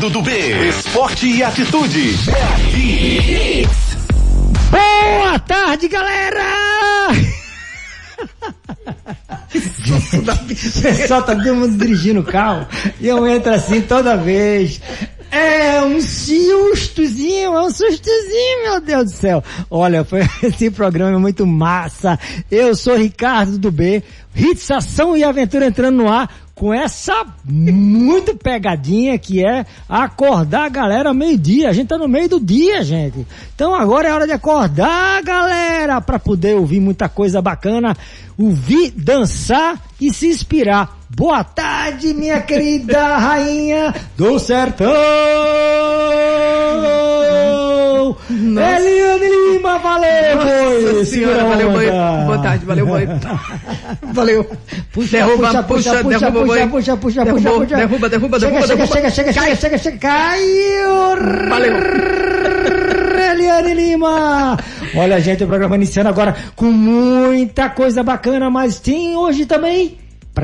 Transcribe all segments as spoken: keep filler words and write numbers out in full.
Ricardo do B. Esporte e atitude. Boa tarde, galera! O pessoal tá todo mundo dirigindo o carro e eu entro assim toda vez. É um sustozinho, é um sustozinho, meu Deus do céu. Olha, foi, esse programa é muito massa. Eu sou Ricardo do B, Hits, Ação e Aventura entrando no ar com essa muito pegadinha que é acordar a galera ao meio-dia. A gente tá no meio do dia, gente. Então agora é hora de acordar, galera, pra poder ouvir muita coisa bacana, ouvir, dançar e se inspirar. Boa tarde, minha querida rainha do sertão! Nossa. Eliane Lima, valeu, boi! Senhora, valeu, boi. Boa tarde, valeu, boi. Valeu. Puxa, derruba, puxa, puxa, puxa, derruba, puxa, boi. puxa, puxa, derruba, puxa, puxa. Derruba, derruba, chega, derruba, chega, derruba. Chega, chega, chega, chega, chega, caiu! Valeu. Eliane Lima! Olha, gente, o programa iniciando agora com muita coisa bacana, mas tem hoje também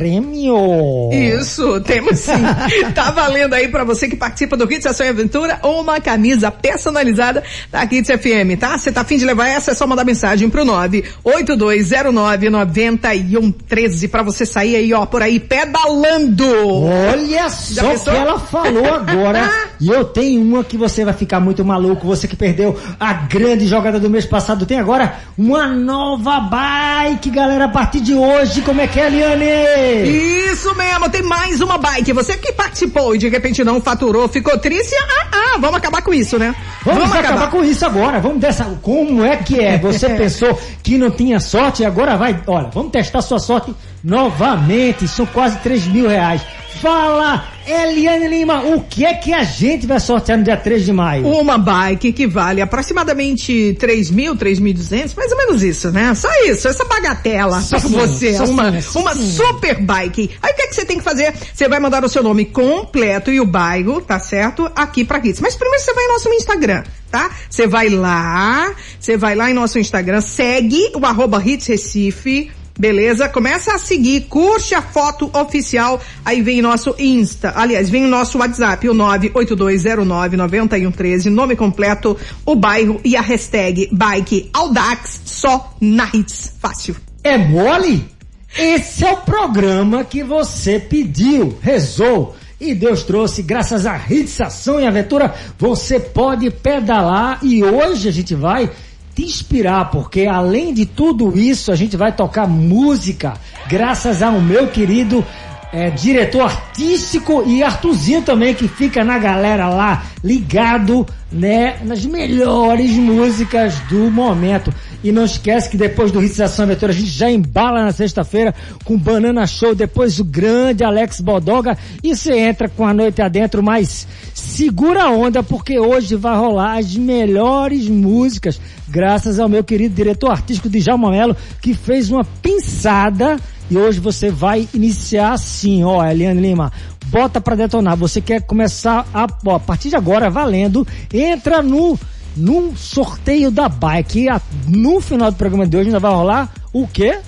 prêmio. Isso, temos sim. Tá valendo aí pra você que participa do Hits, Ação e Aventura uma camisa personalizada da Hits F M, tá? Você tá afim de levar essa, é só mandar mensagem pro nove oito dois zero nove nove um um três pra você sair aí, ó, por aí pedalando. Olha só o que ela falou agora. E eu tenho uma que você vai ficar muito maluco, você que perdeu a grande jogada do mês passado, tem agora uma nova bike, galera, a partir de hoje. Como é que é, Eliane? Isso mesmo, tem mais uma bike. Você que participou e de repente não faturou, ficou triste, ah, ah, vamos acabar com isso, né? Vamos, vamos acabar. acabar com isso agora, vamos dessa, como é que é? Você pensou que não tinha sorte e agora vai, olha, vamos testar sua sorte novamente, são quase três mil reais. Fala, Eliane Lima, o que é que a gente vai sortear no dia três de maio? Uma bike que vale aproximadamente três mil, três mil e duzentos, mais ou menos isso, né? Só isso, essa bagatela pra você, uma, uma super bike. Aí o que é que você tem que fazer? Você vai mandar o seu nome completo e o bairro, tá certo? Aqui pra Hits. Mas primeiro você vai em nosso Instagram, tá? Você vai lá, você vai lá em nosso Instagram, segue o arroba Hits Recife. Beleza? Começa a seguir, curte a foto oficial, aí vem nosso Insta, aliás, vem o nosso WhatsApp, o nove oito dois zero nove nove um três, nome completo, o bairro e a hashtag Bike Audax, só na Hits. Fácil. É mole? Esse é o programa que você pediu, rezou, e Deus trouxe, graças a Hits, Ação e Aventura, você pode pedalar e hoje a gente vai te inspirar, porque além de tudo isso, a gente vai tocar música, graças ao meu querido é, diretor artístico e Artuzinho também, que fica na galera lá, ligado, né, nas melhores músicas do momento. E não esquece que depois do Hits, Ação e Aventura a gente já embala na sexta-feira com Banana Show, depois o grande Alex Bodoga, e você entra com a noite adentro, mas segura a onda, porque hoje vai rolar as melhores músicas, graças ao meu querido diretor artístico Djalma Melo, que fez uma pinçada. E hoje você vai iniciar assim, ó, Eliane Lima, bota pra detonar. Você quer começar a, ó, a partir de agora, valendo, entra no, no sorteio da bike. E a, no final do programa de hoje ainda vai rolar o quê?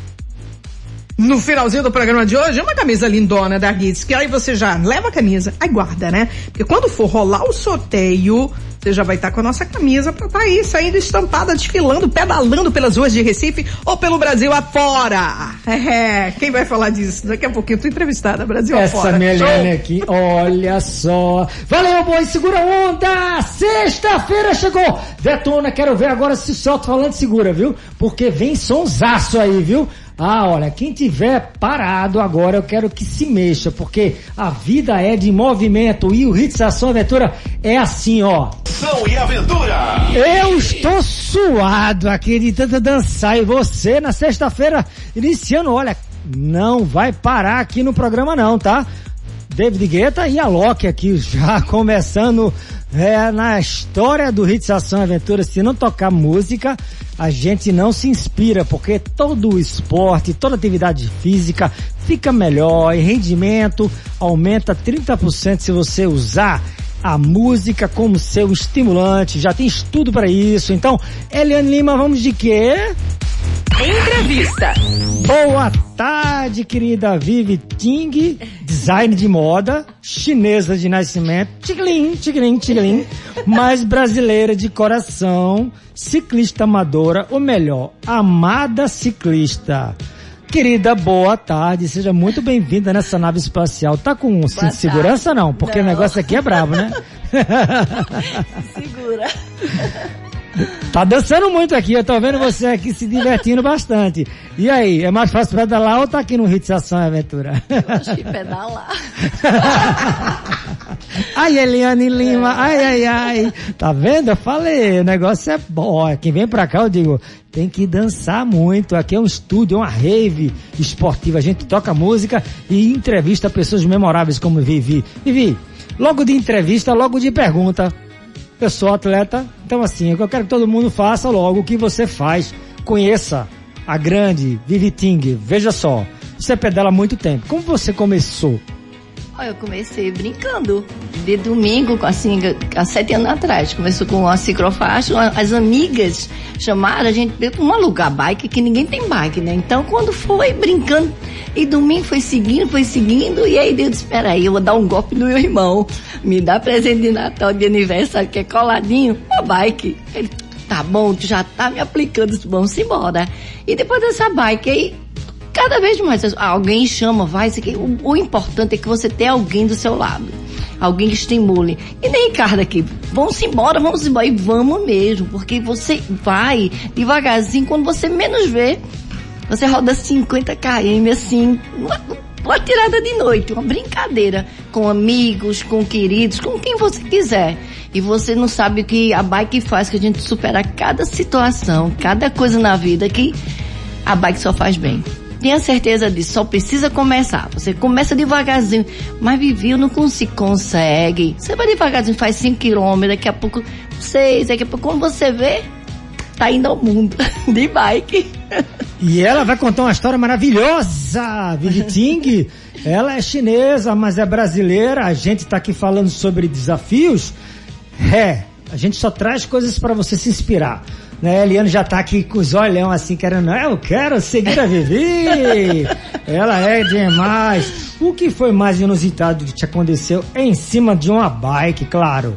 No finalzinho do programa de hoje, uma camisa lindona da Hits, que aí você já leva a camisa, aí guarda, né? Porque quando for rolar o sorteio, você já vai estar com a nossa camisa pra estar aí, saindo estampada, desfilando, pedalando pelas ruas de Recife ou pelo Brasil afora. É, quem vai falar disso? Daqui a pouquinho eu tô entrevistada, Brasil Essa afora. Essa minha Eliane aqui, olha só. Valeu, boi, segura a onda! Sexta-feira chegou! Detona, quero ver agora se solta falando segura, viu? Porque vem sonsaço aí, viu? Ah, olha, quem tiver parado agora, eu quero que se mexa, porque a vida é de movimento e o Hits, Ação e Aventura é assim, ó. Ação e Aventura! Eu estou suado aqui de tanto dançar e você na sexta-feira iniciando, olha, não vai parar aqui no programa não, tá? David Guetta e a Loki aqui já começando é, na história do Hits, Ação e Aventura. Se não tocar música, a gente não se inspira, porque todo o esporte, toda atividade física fica melhor e rendimento aumenta trinta por cento se você usar a música como seu estimulante. Já tem estudo para isso. Então, Eliane Lima, vamos de quê? Entrevista. Boa tarde, querida Vivi Ting design de moda, chinesa de nascimento, tiglim, tiglim, tiglim, mas brasileira de coração, ciclista amadora, ou melhor, amada ciclista. Querida, boa tarde, seja muito bem-vinda nessa nave espacial. Tá com um cinto de segurança não? Porque não. O negócio aqui é brabo, né? Segura. Tá dançando muito aqui, eu tô vendo você aqui se divertindo bastante. E aí, é mais fácil pedalar ou tá aqui no Hits Ação e Aventura? Eu acho que pedalar. Ai, Eliane Lima, é. ai, ai, ai. Tá vendo? Eu falei, o negócio é bom. Quem vem pra cá, eu digo, tem que dançar muito. Aqui é um estúdio, é uma rave esportiva. A gente toca música e entrevista pessoas memoráveis como Vivi. Vivi, logo de entrevista, logo de pergunta. Eu sou atleta, então assim, eu quero que todo mundo faça logo o que você faz. Conheça a grande Vivi Ting. Veja só, você pedala há muito tempo. Como você começou? Eu comecei brincando. De domingo, assim, há sete anos atrás. Começou com a ciclofaixa. As amigas chamaram a gente para um alugar bike, que ninguém tem bike, né? Então, quando foi brincando, e domingo foi seguindo, foi seguindo, e aí Deus, espera aí, eu vou dar um golpe no meu irmão. Me dá presente de Natal, de aniversário, que é coladinho, uma bike. Ele, tá bom, tu já tá me aplicando, vamos embora. E depois dessa bike aí, cada vez mais, alguém chama, vai, isso aqui. O, o importante é que você tenha alguém do seu lado. Alguém que estimule. E nem Ricardo aqui, vamos embora, vamos embora. E vamos mesmo, porque você vai devagarzinho, quando você menos vê, você roda cinquenta quilômetros assim, uma, uma tirada de noite, uma brincadeira com amigos, com queridos, com quem você quiser. E você não sabe o que a bike faz, que a gente supera cada situação, cada coisa na vida que a bike só faz bem. Tenha certeza disso, só precisa começar. Você começa devagarzinho, mas Vivi, não se consegue. Você vai devagarzinho, faz cinco quilômetros, daqui a pouco seis, daqui a pouco quando você vê, tá indo ao mundo de bike. E ela vai contar uma história maravilhosa, Vivi Ting. Ela é chinesa, mas é brasileira. A gente tá aqui falando sobre desafios. É, a gente só traz coisas para você se inspirar. Né, a Eliane já tá aqui com os olhão assim, querendo, eu quero seguir a Vivi. Ela é demais. O que foi mais inusitado que te aconteceu em cima de uma bike, claro?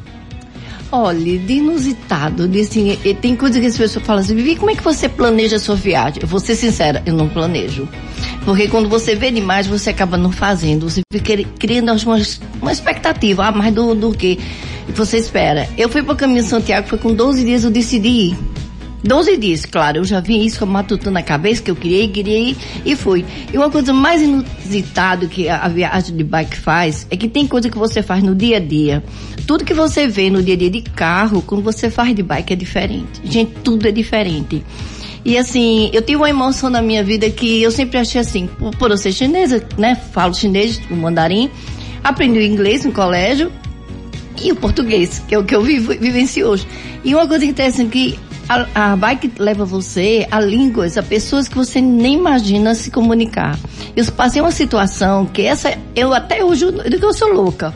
Olha, de inusitado, de, assim, tem coisas que as pessoas falam assim, Vivi, como é que você planeja a sua viagem? Eu vou ser sincera, eu não planejo. Porque quando você vê demais, você acaba não fazendo. Você fica criando uma, uma expectativa, ah, mais do, do que você espera. Eu fui para o Caminho de Santiago, foi com doze dias eu decidi ir. doze dias, claro, eu já vi isso com a matuta na cabeça, que eu queria, queria ir e fui. E uma coisa mais inusitada que a, a viagem de bike faz, é que tem coisa que você faz no dia a dia. Tudo que você vê no dia a dia de carro, quando você faz de bike é diferente. Gente, tudo é diferente. E assim, eu tive uma emoção na minha vida que eu sempre achei assim, por, por eu ser chinesa, né, falo chinês, o mandarim, aprendi o inglês no colégio e o português, que é o que eu vivo, vivencio hoje. E uma coisa interessante que A, a bike leva você a línguas, a pessoas que você nem imagina se comunicar. Eu passei uma situação que essa, eu até hoje, eu digo que eu sou louca.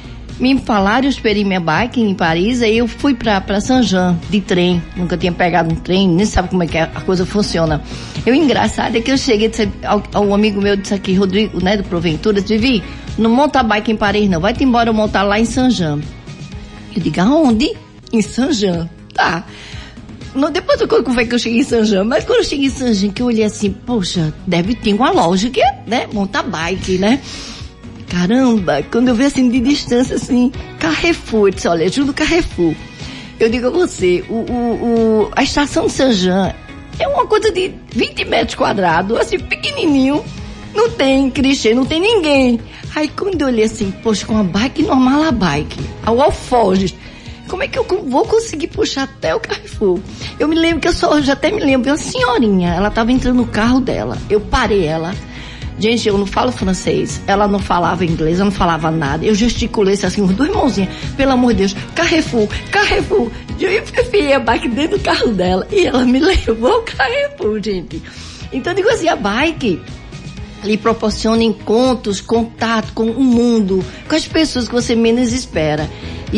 Me falaram, eu esperei minha bike em Paris, aí eu fui pra, pra Saint-Jean, de trem. Nunca tinha pegado um trem, nem sabe como é que a coisa funciona. E o engraçado é que eu cheguei, disse, ao, ao amigo meu disse aqui, Rodrigo, né, do Proventura, disse, Vivi, não monta a bike em Paris não, vai-te embora eu montar lá em Saint-Jean. Eu digo, aonde? Em Saint-Jean. Tá. No, depois do que foi que eu cheguei em Saint-Jean, mas quando eu cheguei em Saint-Jean, que eu olhei assim, poxa, deve ter uma loja que é, né, monta bike, né? Caramba, quando eu vi assim de distância, assim, Carrefour, eu disse, olha, juro Carrefour. Eu digo a você, o, o, o, a estação de Saint-Jean é uma coisa de vinte metros quadrados, assim, pequenininho, não tem clichê, não tem ninguém. Aí quando eu olhei assim, poxa, com a bike normal, a bike, ao alforjes, como é que eu vou conseguir puxar até o Carrefour? Eu me lembro que eu só, eu já até me lembro, uma senhorinha, ela estava entrando no carro dela, eu parei ela. Gente, eu não falo francês, ela não falava inglês, eu não falava nada, eu gesticulei assim, os dois mãozinhas, pelo amor de Deus, Carrefour, Carrefour, eu enfiei a bike dentro do carro dela e ela me levou ao Carrefour, gente. Então eu digo assim, a bike lhe proporciona encontros, contato com o mundo, com as pessoas que você menos espera.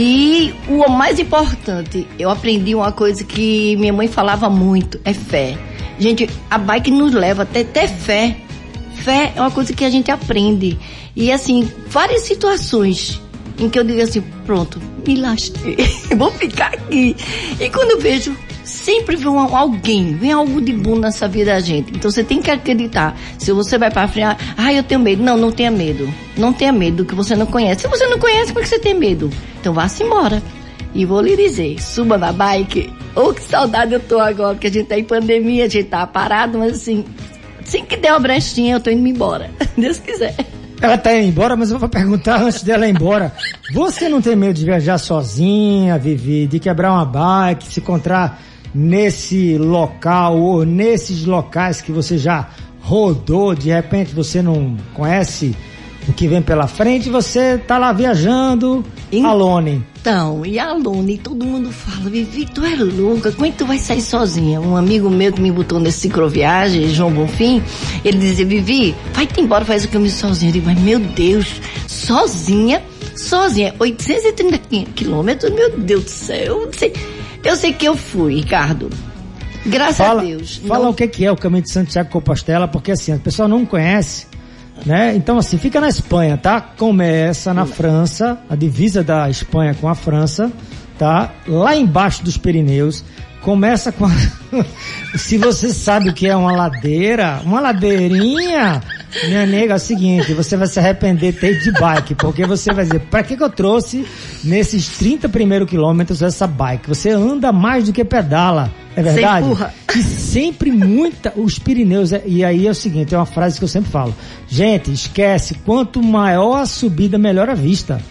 E o mais importante, eu aprendi uma coisa que minha mãe falava muito, é fé. Gente, a bike nos leva até ter fé. fé é uma coisa que a gente aprende. E assim, várias situações em que eu digo assim, pronto, me lasquei, vou ficar aqui. E quando eu vejo, sempre vem alguém, vem algo de bom nessa vida da gente. Então você tem que acreditar. Se você vai pra frente, ah, eu tenho medo. Não, não tenha medo. Não tenha medo do que você não conhece. Se você não conhece, por que você tem medo? Então vá-se embora. E vou lhe dizer, suba na bike. Oh, que saudade eu tô agora, porque a gente tá em pandemia, a gente tá parado, mas assim, assim que der uma brechinha, eu tô indo embora. Deus quiser. Ela tá indo embora, mas eu vou perguntar antes dela ir embora. Você não tem medo de viajar sozinha, Vivi, de quebrar uma bike, se encontrar nesse local ou nesses locais que você já rodou, de repente você não conhece o que vem pela frente, você tá lá viajando, e, alone. Então, e alone, todo mundo fala, Vivi, tu é louca, como é que tu vai sair sozinha? Um amigo meu que me botou nesse cicloviagem, João Bonfim, ele dizia, Vivi, vai-te embora, faz o caminho sozinha. Eu digo, mas meu Deus, sozinha, sozinha, oitocentos e trinta quilômetros, meu Deus do céu, eu não sei, eu sei que eu fui, Ricardo. Graças fala, a Deus. Fala não... o que que é o caminho de Santiago de Compostela, porque assim, a pessoa não conhece, né? Então assim, fica na Espanha, tá? Começa na França, a divisa da Espanha com a França, tá? Lá embaixo dos Pirineus, começa com a... Se você sabe o que é uma ladeira, uma ladeirinha, minha nega, é o seguinte, você vai se arrepender de ter ido de bike, porque você vai dizer, pra que que eu trouxe nesses trinta primeiros quilômetros essa bike? Você anda mais do que pedala, é verdade? E sempre muita, os Pirineus, e aí é o seguinte, é uma frase que eu sempre falo, gente, esquece, quanto maior a subida, melhor a vista.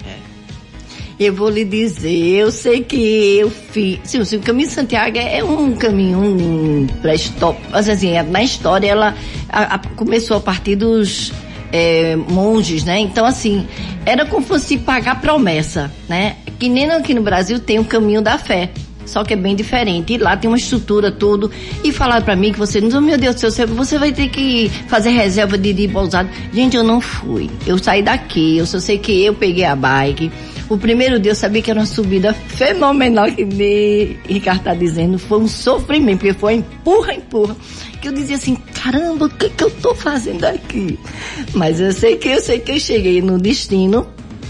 Eu vou lhe dizer, eu sei que eu fiz... Sim, sim, o caminho de Santiago é um caminho um, pré-histórico. Assim, na história, ela a, a, começou a partir dos é, monges, né? Então, assim, era como se fosse pagar promessa, né? Que nem aqui no Brasil tem o caminho da fé. Só que é bem diferente. E lá tem uma estrutura, tudo. E falaram pra mim que você... Não, meu Deus do céu, você vai ter que fazer reserva de ir pousado. Gente, eu não fui. Eu saí daqui. Eu só sei que eu peguei a bike. O primeiro dia eu sabia que era uma subida fenomenal, que o Ricardo tá dizendo. Foi um sofrimento, porque foi empurra, empurra. Que eu dizia assim, caramba, o que que eu tô fazendo aqui? Mas eu sei que eu sei que eu cheguei no destino.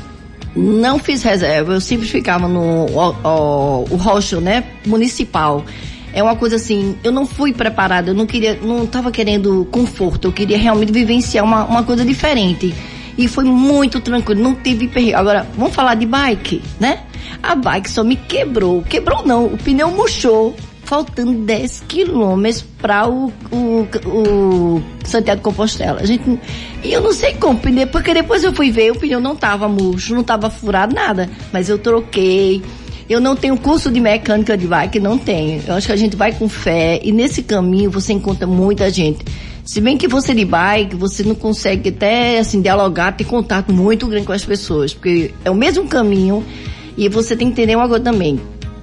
Não fiz reserva, eu sempre ficava no o, o, o hostel, né, municipal. É uma coisa assim, eu não fui preparada, eu não queria, não tava querendo conforto, eu queria realmente vivenciar uma, uma coisa diferente. E foi muito tranquilo, não teve perigo. Agora, vamos falar de bike, né? A bike só me quebrou, quebrou não, o pneu murchou, faltando dez quilômetros para o, o, o Santiago de Compostela. A gente, e eu não sei como, pneu, porque depois eu fui ver, o pneu não tava murcho, não tava furado, nada. Mas eu troquei. Eu não tenho curso de mecânica de bike, não tenho. Eu acho que a gente vai com fé e nesse caminho você encontra muita gente. Se bem que você de bike, você não consegue até, assim, dialogar, ter contato muito grande com as pessoas, porque é o mesmo caminho e você tem que entender uma coisa também.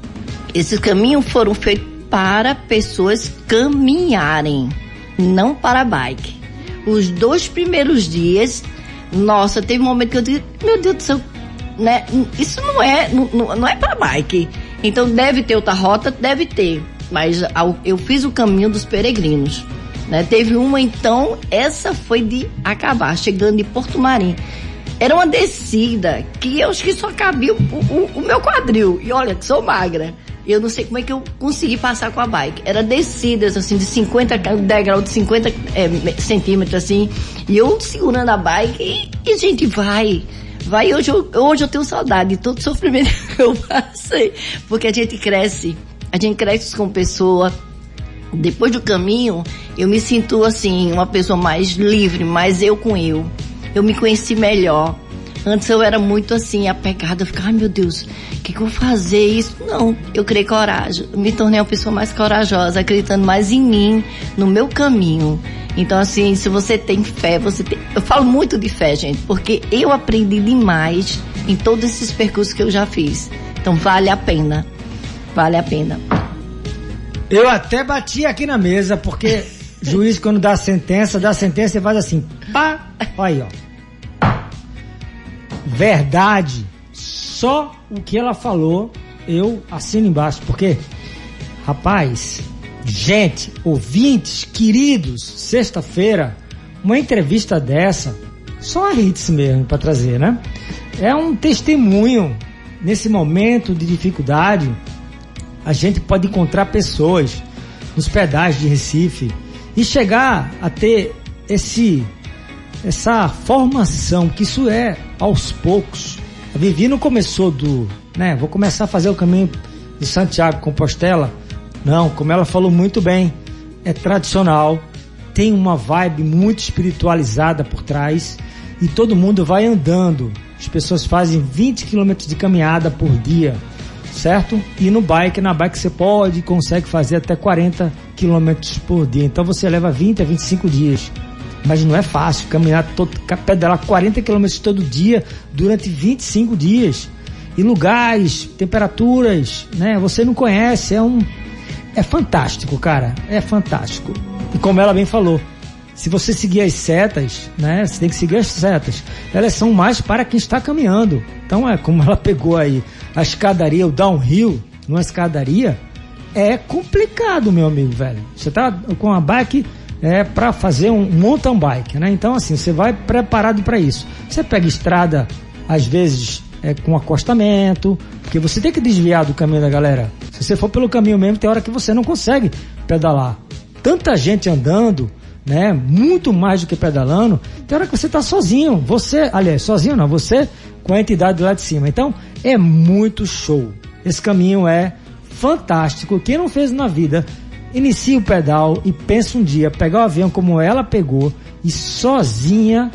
Esses caminhos foram feitos para pessoas caminharem, não para bike. Os dois primeiros dias, nossa, teve um momento que eu disse, meu Deus do céu, né? Isso não é, não, não é para bike. Então deve ter outra rota, deve ter, mas eu fiz o caminho dos peregrinos. Né? Teve uma, então, essa foi de acabar, chegando de Porto Marim. Era uma descida que eu acho que só cabia o, o, o meu quadril. E olha, que sou magra. Eu não sei como é que eu consegui passar com a bike. Era descidas, assim, de cinquenta degraus, de cinquenta é, centímetros, assim. E eu segurando a bike e, e gente, vai. Vai, hoje eu, hoje eu tenho saudade de todo o sofrimento que eu passei. Porque a gente cresce. A gente cresce com pessoa. Depois do caminho, eu me sinto assim, uma pessoa mais livre, mais eu com eu. Eu me conheci melhor. Antes eu era muito assim, apegada, eu ficava, ai meu Deus, o que, que eu vou fazer isso? Não, eu criei coragem, eu me tornei uma pessoa mais corajosa, acreditando mais em mim, no meu caminho. Então assim, se você tem fé, você tem... Eu falo muito de fé, gente, porque eu aprendi demais em todos esses percursos que eu já fiz. Então vale a pena, vale a pena. Eu até bati aqui na mesa, porque juiz quando dá a sentença, dá a sentença e faz assim, pá, olha aí, ó. Verdade, só o que ela falou, eu assino embaixo, porque, rapaz, gente, ouvintes, queridos, sexta-feira, uma entrevista dessa, só a Hits mesmo para trazer, né? É um testemunho. Nesse momento de dificuldade, a gente pode encontrar pessoas nos pedágios de Recife e chegar a ter esse, essa formação, que isso é aos poucos. A Vivi não começou do, né, vou começar a fazer o caminho de Santiago, Compostela. Não, como ela falou muito bem, é tradicional, tem uma vibe muito espiritualizada por trás e todo mundo vai andando. As pessoas fazem vinte quilômetros de caminhada por dia, certo? E no bike, na bike você pode e consegue fazer até quarenta quilômetros por dia. Então você leva vinte a vinte e cinco dias. Mas não é fácil caminhar, todo, pedalar quarenta quilômetros todo dia durante vinte e cinco dias. E lugares, temperaturas, né? Você não conhece, é um... É fantástico, cara. É fantástico. E como ela bem falou, se você seguir as setas, né? Você tem que seguir as setas. Elas são mais para quem está caminhando. Então é como ela pegou aí a escadaria, o downhill, numa escadaria, é complicado, meu amigo, velho. Você tá com a bike é para fazer um mountain bike, né? Então assim, você vai preparado para isso. Você pega estrada, às vezes, é, com acostamento, porque você tem que desviar do caminho da galera. Se você for pelo caminho mesmo, tem hora que você não consegue pedalar. Tanta gente andando, né? Muito mais do que pedalando. Tem hora que você tá sozinho. Você, aliás, sozinho não, você com a entidade lá de cima. Então, é muito show. Esse caminho é fantástico. Quem não fez na vida, inicie o pedal e pensa um dia, pegar o avião como ela pegou e sozinha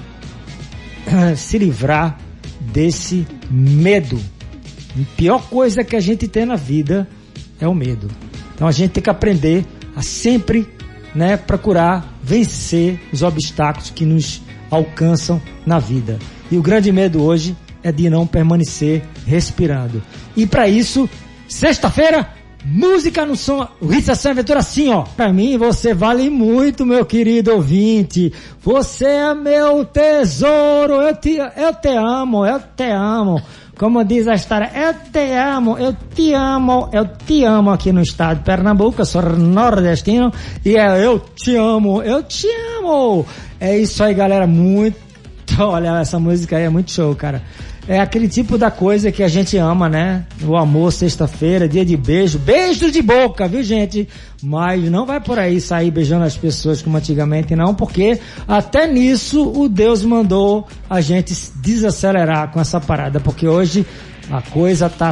se livrar desse medo. A pior coisa que a gente tem na vida é o medo. Então a gente tem que aprender a sempre, né, procurar vencer os obstáculos que nos alcançam na vida. E o grande medo hoje é de não permanecer respirando. E para isso, sexta-feira, música no som, o Hits Ação e Aventura assim, ó. Pra mim, você vale muito, meu querido ouvinte. Você é meu tesouro. Eu te, eu te amo, eu te amo. Como diz a história, eu te amo, eu te amo, eu te amo aqui no estado de Pernambuco, eu sou nordestino, e é eu te amo, eu te amo. É isso aí, galera, muito, olha, essa música aí é muito show, cara. É aquele tipo da coisa que a gente ama, né? O amor, sexta-feira, dia de beijo, beijo de boca, viu, gente? Mas não vai por aí sair beijando as pessoas como antigamente, não, porque até nisso o Deus mandou a gente desacelerar com essa parada, porque hoje a coisa tá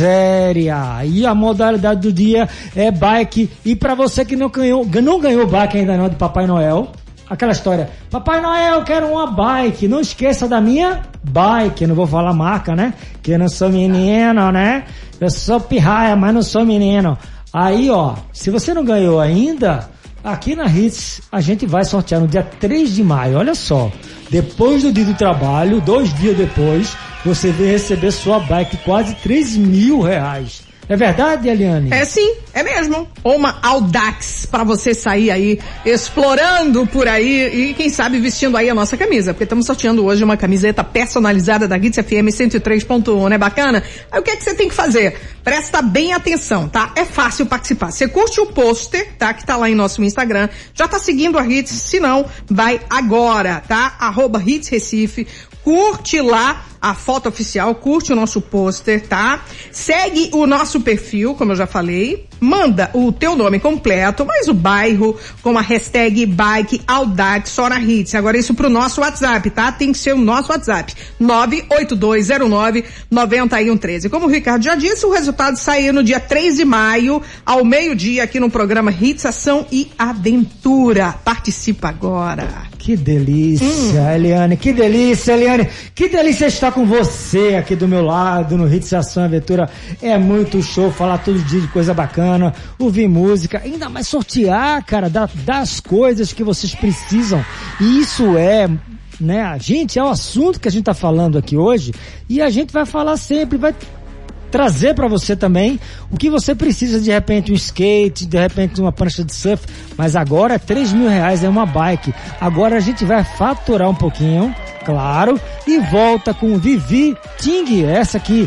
séria. E a modalidade do dia é bike. E pra você que não ganhou, não ganhou bike ainda não de Papai Noel, aquela história, Papai Noel, eu quero uma bike, não esqueça da minha bike, eu não vou falar marca, né, que eu não sou menino, né, eu sou pirraia, mas não sou menino. Aí, ó, se você não ganhou ainda, aqui na Hits a gente vai sortear no dia três de maio, olha só, depois do dia do trabalho, dois dias depois, você vai receber sua bike, quase três mil reais. É verdade, Eliane? É sim, é mesmo. Uma Audax pra você sair aí explorando por aí e quem sabe vestindo aí a nossa camisa, porque estamos sorteando hoje uma camiseta personalizada da Hits F M cento e três ponto um, né? Bacana? Aí o que é que você tem que fazer? Presta bem atenção, tá? É fácil participar. Você curte o pôster, tá? Que tá lá em nosso Instagram. Já tá seguindo a Hits? Se não, vai agora, tá? Arroba Hits Recife. Curte lá a foto oficial, curte o nosso pôster, tá? Segue o nosso perfil, como eu já falei. Manda o teu nome completo, mais o bairro, com a hashtag Bike Audax só na Hits. Agora isso pro nosso WhatsApp, tá? Tem que ser o nosso WhatsApp. nove oito dois zero nove nove um um três. Como o Ricardo já disse, o resultado saiu no dia três de maio, ao meio-dia, aqui no programa Hits Ação e Aventura. Participa agora. Que delícia, hum. Eliane, que delícia, Eliane, que delícia estar com você aqui do meu lado no Hits Ação e Aventura. É muito show falar todo dia de coisa bacana, ouvir música, ainda mais sortear, cara, da, das coisas que vocês precisam. E isso é, né, a gente, é o assunto que a gente tá falando aqui hoje, e a gente vai falar sempre, vai trazer para você também o que você precisa, de repente um skate, de repente uma prancha de surf, mas agora três mil reais é uma bike. Agora a gente vai faturar um pouquinho, claro, e volta com Vivi Ting, essa que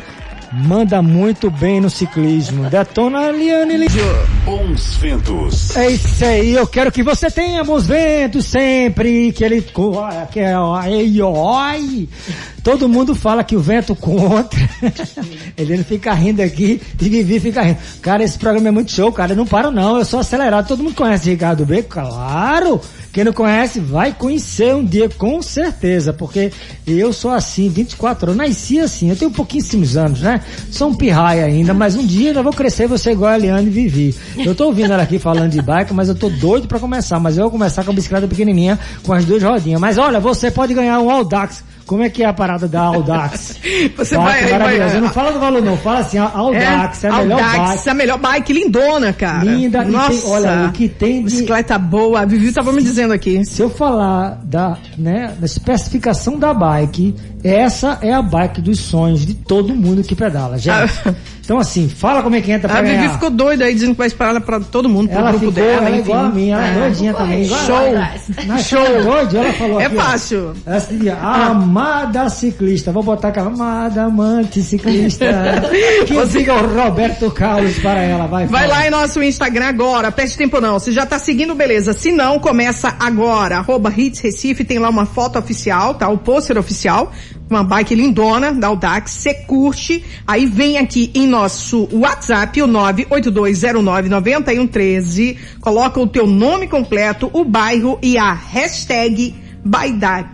manda muito bem no ciclismo. Detona, Eliane. Bons ventos. É isso aí, eu quero que você tenha bons ventos sempre, que ele... Que é, ai, ai. Todo mundo fala que o vento contra. Ele não fica rindo aqui e Vivi fica rindo. Cara, esse programa é muito show, cara. Eu não paro não, eu sou acelerado. Todo mundo conhece Ricardo B? Claro! Quem não conhece, vai conhecer um dia, com certeza, porque eu sou assim, vinte e quatro anos, nasci assim, eu tenho pouquíssimos anos, né? Sou um pirraia ainda, mas um dia eu vou crescer e vou ser igual a Eliane e Vivi. Eu tô ouvindo ela aqui falando de bike, mas eu tô doido pra começar, mas eu vou começar com a bicicleta pequenininha, com as duas rodinhas. Mas olha, você pode ganhar um Audax. Como é que é a parada da Audax? Você vai, vai, vai... Não fala do valor não, fala assim, a Audax é, é a melhor Audax, bike. Audax é a melhor bike, lindona, cara. Linda. Nossa. E tem, olha, o que tem de... Bicicleta boa, a Vivi tava me dizendo aqui. Se eu falar da, né, da especificação da bike, essa é a bike dos sonhos de todo mundo que pedala, gente. Ah. Então assim, fala como é que entra pra a ganhar. A Vivi ficou doida aí, dizendo que vai esperar ela pra todo mundo, pro ela grupo ficou, dela, ela é enfim. igual a mim, ela é doidinha também. Igual Show! Na show doido, ela falou é aqui. É fácil. Ó, ela seria a amada ciclista. Vou botar aquela amada amante ciclista. Que Você... diga o Roberto Carlos para ela, vai. Vai fala. lá em nosso Instagram agora, perde tempo não. Se já tá seguindo, beleza. Se não, começa agora. Arroba Hits Recife, tem lá uma foto oficial, tá? O pôster oficial. Uma bike lindona da Audax, você curte, aí vem aqui em nosso WhatsApp, o nove oito dois zero nove nove um um três, coloca o teu nome completo, o bairro e a hashtag Baidac,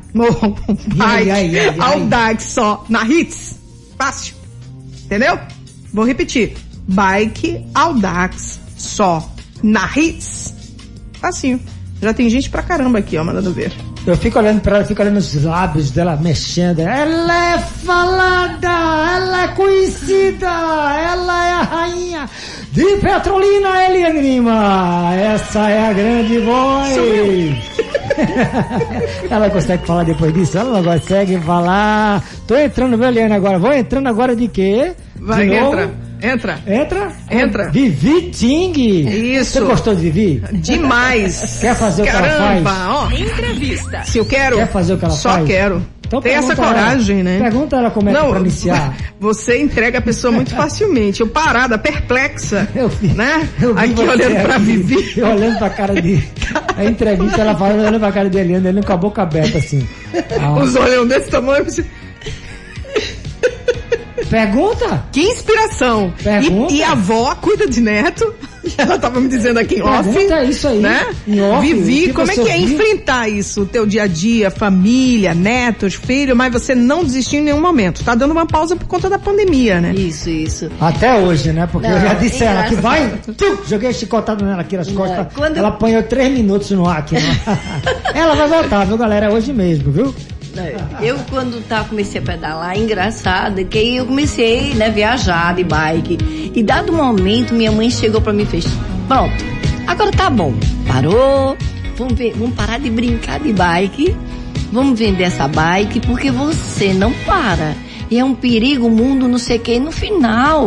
ai, ai, ai, Audax só, na Hits, fácil, entendeu? Vou repetir, Bike Audax só, na Hits, facinho, já tem gente pra caramba aqui, ó, mandando ver. Eu fico olhando pra ela, fico olhando os lábios dela mexendo. Ela é falada, ela é conhecida, ela é a rainha de Petrolina, Eliane Lima. Essa é a grande voz. Ela consegue falar depois disso? Ela não consegue falar. Tô entrando, viu, Eliane, agora? Vou entrando agora de quê? Vai, de entra. Entra. Entra? Entra. Vivi Ting. Isso. Você gostou de Vivi? Demais. Quer fazer Caramba, o que ela faz? Ó. Entrevista. Se eu quero. Quer fazer o que ela só faz? Só quero. Então tem essa coragem, ela, né? Pergunta ela como é Não, que é pra iniciar. Você entrega a pessoa muito facilmente. Eu parada, perplexa. Eu vi, né? Eu vi aqui você, olhando pra aqui, Vivi. Eu olhando pra cara de... A entrevista, ela falando, olhando pra cara de Eliane, ele com a boca aberta assim. Ah. Os olhos desse tamanho. Pergunta? Que inspiração. Pergunta. E, e a avó cuida de neto. Ela tava me dizendo aqui em off. Pergunta isso aí. Né? Em off, Vivi, que como é que é ouviu? enfrentar isso? O teu dia a dia, família, netos, filho, mas você não desistiu em nenhum momento. Tá dando uma pausa por conta da pandemia, né? Isso, isso. Até hoje, né? Porque não, eu já disse a ela que vai, engraçado. tum, joguei chicotada nela aqui nas Não, costas. quando Ela eu- apanhou três minutos no ar aqui. Né? Ela vai voltar, viu, galera? É hoje mesmo, viu? Eu, quando tá, comecei a pedalar, engraçado, que aí eu comecei, né, viajar de bike. E dado um momento, minha mãe chegou pra mim e fez: pronto, agora tá bom. Parou, vamos, ver, vamos parar de brincar de bike, vamos vender essa bike, porque você não para. E é um perigo, o mundo, não sei o que, e no final.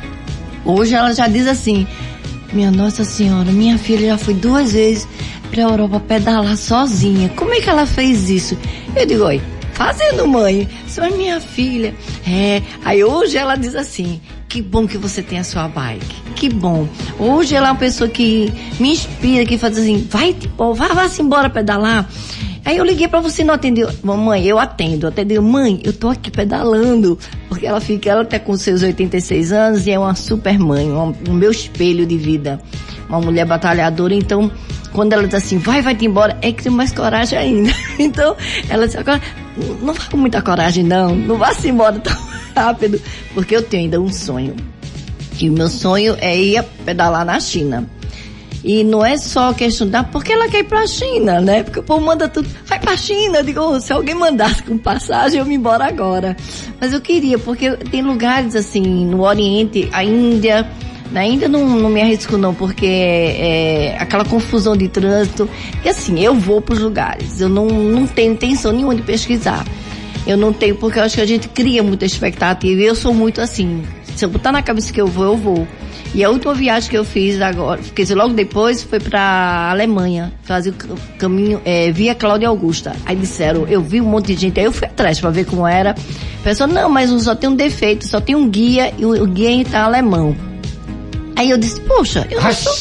Hoje ela já diz assim: minha Nossa Senhora, minha filha já foi duas vezes pra Europa pedalar sozinha. Como é que ela fez isso? Eu digo: oi, fazendo, mãe. Isso é minha filha. É, aí hoje ela diz assim: que bom que você tem a sua bike. Que bom. Hoje ela é uma pessoa que me inspira, que faz assim: vai, tipo, vá, vá-se embora pedalar. Aí eu liguei pra você, não atendeu. Mamãe, eu atendo. Eu atendeu, mãe, eu tô aqui pedalando. Porque ela fica, ela tá com seus oitenta e seis anos e é uma super mãe, um, um meu espelho de vida. Uma mulher batalhadora, então, quando ela diz assim, vai, vai-te embora, é que tem mais coragem ainda. Então, ela diz, agora, não vá com muita coragem não, não vá-se embora tão rápido, porque eu tenho ainda um sonho. E o meu sonho é ir pedalar na China. E não é só questão da, porque ela quer ir pra China, né? Porque o povo manda tudo, vai pra China. Eu digo, oh, se alguém mandasse com passagem, eu me embora agora. Mas eu queria, porque tem lugares assim, no Oriente, a Índia, na Índia não, não me arrisco não, porque é, é aquela confusão de trânsito. E assim, eu vou pros lugares, eu não, não tenho intenção nenhuma de pesquisar. Eu não tenho, porque eu acho que a gente cria muita expectativa, e eu sou muito assim, se eu botar na cabeça que eu vou, eu vou. E a última viagem que eu fiz agora, quer dizer, logo depois, foi pra Alemanha, fazer o caminho, é, via Cláudia Augusta. Aí disseram, eu vi um monte de gente, aí eu fui atrás pra ver como era. A pessoa, não, mas só tem um defeito, só tem um guia, e o, o guia tá alemão. Aí eu disse, poxa, eu não sou...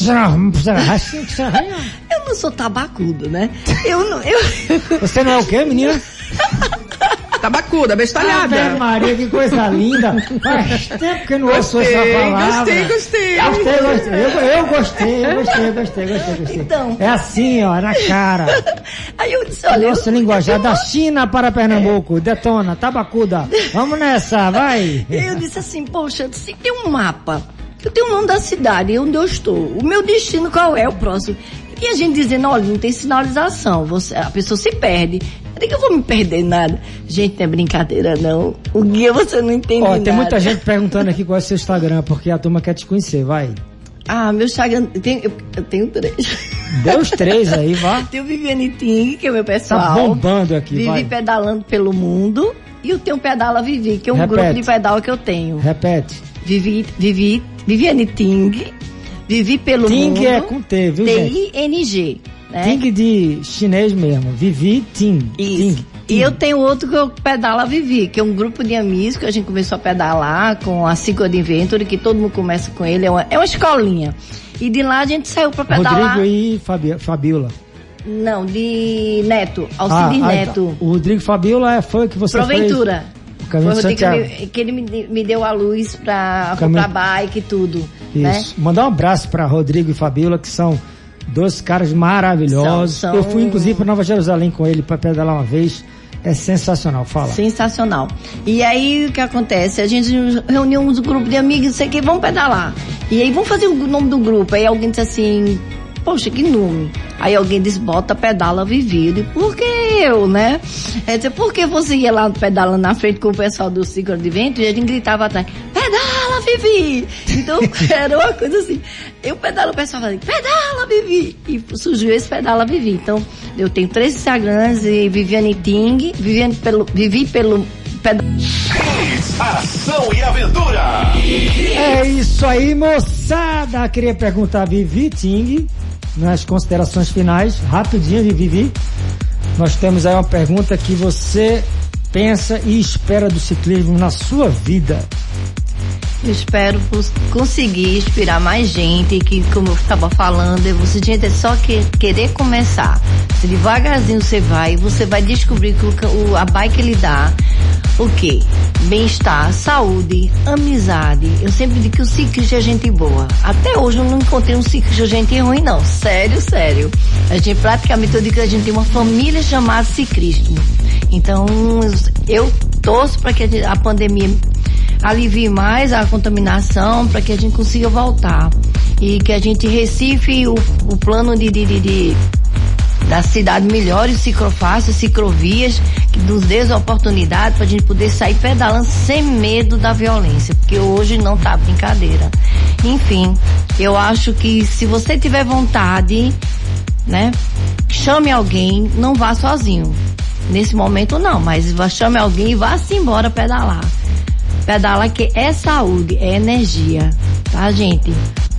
eu não sou tabacudo, né? Eu não... Eu... Você não é o quê, menina? Tabacuda, bestalhada. Ave Maria, que coisa linda. Faz tempo que eu não ouço essa palavra. Gostei, gostei. Gostei, gostei. Eu, eu gostei, eu gostei, gostei, gostei, gostei. Então. É assim, ó, na cara. Aí eu disse, olha... Nosso linguajar da China para Pernambuco. Detona, tabacuda. Vamos nessa, vai. Eu disse assim, poxa, se tem um mapa, eu tenho o nome da cidade, onde eu estou, o meu destino qual é, o próximo. E a gente dizendo, olha, não tem sinalização, você, a pessoa se perde. Eu digo que eu vou me perder nada. Gente, não é brincadeira, não. O guia você não entende Ó, nada. tem muita gente perguntando aqui qual é o seu Instagram, porque a turma quer te conhecer, vai. Ah, meu Instagram, eu tenho, eu, eu tenho três. Deu os três aí, vá. Tem o Viviane Ting, que é o meu pessoal. Tá bombando aqui, Vivi vai. pedalando pelo mundo. E eu tenho Pedala Vivi, que é um Repete. grupo de pedal que eu tenho. Repete. Vivi, Vivi, Viviane Ting, Vivi pelo Ting mundo. é com T, viu, gente? T I N G. Né? Ting de chinês mesmo. Vivi Ting. Isso. Ting. E Ting. eu tenho outro que eu Pedala Vivi, que é um grupo de amigos que a gente começou a pedalar com a Cycle Adventure, que todo mundo começa com ele, é uma, é uma escolinha. E de lá a gente saiu pra pedalar. Rodrigo e Fabi, Fabiola. Não, de Neto, Alcides ah, Neto. Ah, o Rodrigo Fabiola é, foi o que você Proventura. fez. O Caminho Foi de o Rodrigo Santiago. que, me, que ele me, me deu a luz pra Caminho... comprar bike e tudo. Isso. Né? Mandar um abraço pra Rodrigo e Fabiola, que são dois caras maravilhosos. São, são... Eu fui inclusive para Nova Jerusalém com ele para pedalar uma vez. É sensacional, fala. Sensacional. E aí o que acontece? A gente reuniu um grupo de amigos, não sei o que, vamos pedalar. E aí vamos fazer o nome do grupo. Aí alguém disse assim, poxa, que nome? Aí alguém disse, bota Pedala Vivi. Eu digo, por que eu, né? É dizer, por que você ia lá pedalando na frente com o pessoal do Cycle Adventure e a gente gritava atrás, pedala Vivi! Então era uma coisa assim. Eu pedalo, o pessoal fazia, pedala Vivi! E surgiu esse Pedala Vivi. Então eu tenho três Instagrams, e Viviane Ting, Viviane pelo, Vivi pelo pedal. Ação e aventura! É isso aí, moçada! Queria perguntar a Vivi Ting, nas considerações finais, rapidinho de Vivi. Nós temos aí uma pergunta que você pensa e espera do ciclismo na sua vida. Eu espero conseguir inspirar mais gente, que, como eu estava falando, é você, gente, é só que, querer começar. Se devagarzinho você vai, você vai descobrir que o, o, a bike lhe dá o quê? Bem-estar, saúde, amizade. Eu sempre digo que o ciclista é gente boa. Até hoje eu não encontrei um ciclista gente ruim, não. Sério, sério. A gente praticamente, eu digo que a gente tem uma família chamada ciclismo. Então, eu torço para que a, gente, a pandemia alivie mais a contaminação, para que a gente consiga voltar. E que a gente Recife o, o plano de, de, de, de da cidade melhore, ciclofácil, ciclovias, que nos dê a oportunidade para a gente poder sair pedalando sem medo da violência, porque hoje não tá brincadeira. Enfim, eu acho que se você tiver vontade, né, chame alguém, não vá sozinho. Nesse momento não, mas chame alguém e vá-se embora pedalar. Pedalar que é saúde, é energia, tá, gente?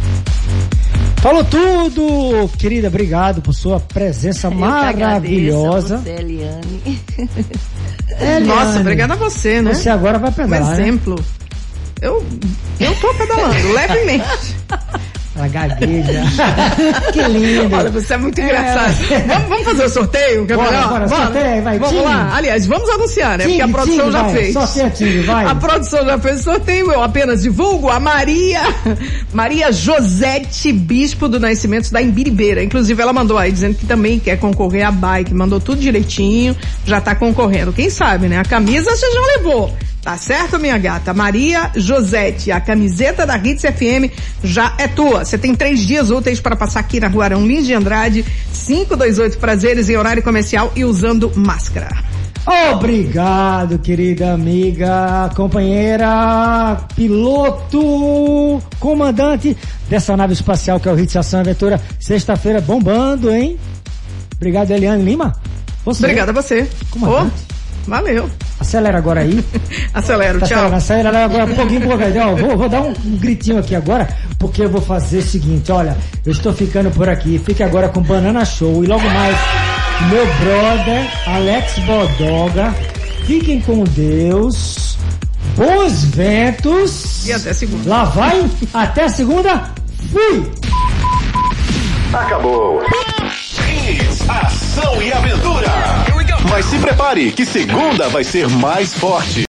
Falou tudo, querida, obrigado por sua presença Eu maravilhosa. Que agradeço a você, Eliane. Eliane. Nossa, obrigada a você, né? Você agora vai Um pedalar, exemplo. Né? Eu, eu tô pedalando, levemente. Ela gagueja. Que lindo. Olha, você é muito engraçado. É. Vamos, vamos fazer o sorteio? Que é bora, melhor? bora, Bora. sorteio, vai, vamos time. lá. Aliás, vamos anunciar, né? Time, Porque a produção time, já vai. fez. Sorteio, time, vai. A produção já fez o sorteio, eu apenas divulgo a Maria, Maria Josete Bispo do Nascimento da Imbiribeira. Inclusive ela mandou aí dizendo que também quer concorrer à bike, mandou tudo direitinho, já tá concorrendo. Quem sabe, né? A camisa você já levou. Tá certo, minha gata? Maria Josete, a camiseta da Hits F M já é tua. Você tem três dias úteis para passar aqui na Rua Arão Lins de Andrade, quinhentos e vinte e oito Prazeres, em horário comercial e usando máscara. Obrigado, querida amiga, companheira, piloto, comandante dessa nave espacial que é o Hits Ação e Aventura. Sexta-feira bombando, hein? Obrigado, Eliane Lima. Você. Obrigada a você. Comandante. Oh, valeu. Acelera agora aí. Acelera, tá tchau. Acelera agora um pouquinho, um pouquinho. Ó, vou, vou dar um, um gritinho aqui agora, porque eu vou fazer o seguinte, olha, eu estou ficando por aqui, fique agora com Banana Show e logo mais meu brother Alex Bodoga. Fiquem com Deus, bons ventos. E até segunda. Lá vai, até segunda, fui! Acabou. Hits, ação e aventura. Mas se prepare que segunda vai ser mais forte.